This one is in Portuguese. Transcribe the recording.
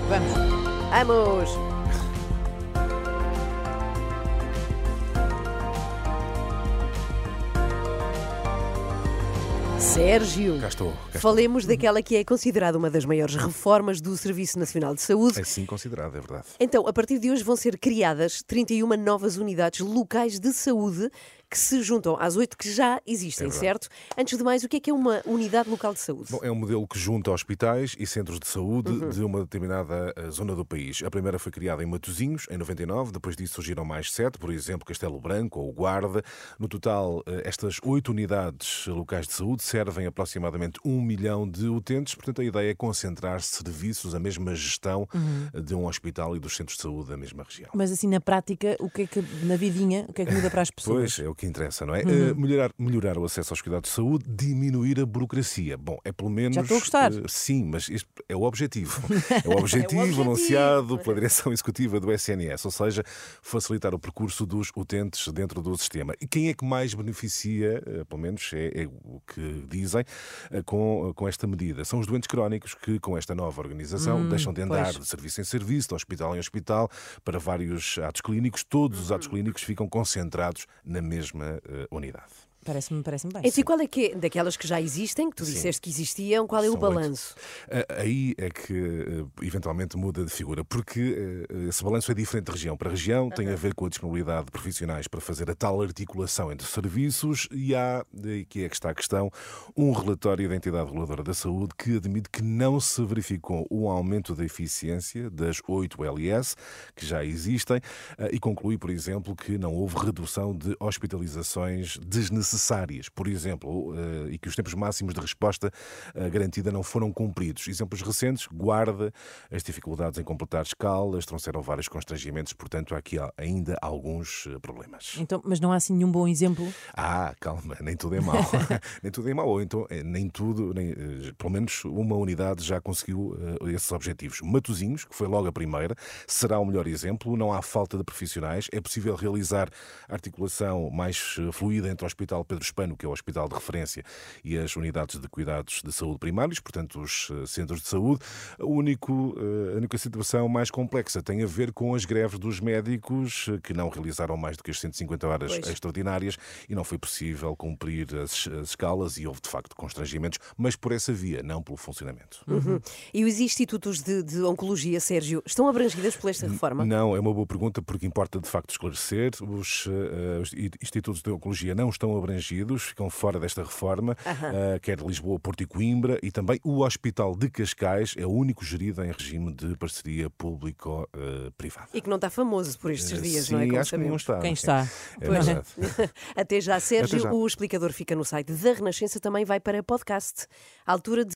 Vamos. Vamos! Sérgio, Cá estou. falemos daquela que é considerada uma das maiores reformas do Serviço Nacional de Saúde. É sim considerado, é verdade. Então, a partir de hoje vão ser criadas 31 novas unidades locais de saúde que se juntam às 8 que já existem, É verdade. certo? Antes de mais, o que é uma unidade local de saúde? Bom, é um modelo que junta hospitais e centros de saúde de uma determinada zona do país. A primeira foi criada em Matosinhos, em 99, depois disso surgiram mais 7, por exemplo, Castelo Branco ou Guarda. No total, estas 8 unidades locais de saúde servem aproximadamente 1 milhão de utentes, portanto a ideia é concentrar serviços, a mesma gestão de um hospital e dos centros de saúde da mesma região. Mas assim, na prática, o que é que, na vidinha, o que é que muda para as pessoas? Pois, é o que interessa, não é? Melhorar o acesso aos cuidados de saúde, diminuir a burocracia. Bom, é pelo menos... Já estou a gostar. Sim, mas isto é o objetivo. É o objetivo anunciado pela direção executiva do SNS, ou seja, facilitar o percurso dos utentes dentro do sistema. E quem é que mais beneficia, pelo menos é o que dizem, com esta medida? São os doentes crónicos que, com esta nova organização, deixam de andar pois. de serviço em serviço, de hospital em hospital, para vários atos clínicos. Todos os atos clínicos ficam concentrados na mesma unidade. Parece-me bem. Então, e qual é que é, daquelas que já existem, que tu disseste que existiam, qual é o São balanço? Aí é que eventualmente muda de figura, porque esse balanço é diferente de região para região, tem a ver com a disponibilidade de profissionais para fazer a tal articulação entre serviços e há, daí que é que está a questão, um relatório da Entidade Reguladora da Saúde que admite que não se verificou um aumento da eficiência das 8 LS que já existem e conclui, por exemplo, que não houve redução de hospitalizações desnecessárias, por exemplo, e que os tempos máximos de resposta garantida não foram cumpridos. Exemplos recentes, Guarda, as dificuldades em completar escalas, trouxeram vários constrangimentos, portanto, há aqui ainda alguns problemas. Então, mas não há assim nenhum bom exemplo? Calma, nem tudo é mau. Nem tudo é mau, ou então nem tudo, pelo menos uma unidade já conseguiu esses objetivos. Matosinhos, que foi logo a primeira, será o melhor exemplo, não há falta de profissionais, é possível realizar a articulação mais fluida entre o Hospital Pedro Espano, que é o hospital de referência, e as unidades de cuidados de saúde primários, portanto os centros de saúde. A única situação mais complexa tem a ver com as greves dos médicos que não realizaram mais do que as 150 horas extraordinárias e não foi possível cumprir as escalas e houve de facto constrangimentos, mas por essa via, não pelo funcionamento. E os institutos de oncologia, Sérgio, estão abrangidas por esta reforma? Não, é uma boa pergunta porque importa de facto esclarecer. Os institutos de oncologia não estão abrangidos, ficam fora desta reforma, quer Lisboa, Porto e Coimbra, e também o Hospital de Cascais é o único gerido em regime de parceria público-privada. E que não está famoso por estes dias, Sim, não é? Como acho que não sabemos. está. Quem está? É Pois. verdade. Até já, Sérgio. Até já. O explicador fica no site da Renascença, também vai para podcast. À altura de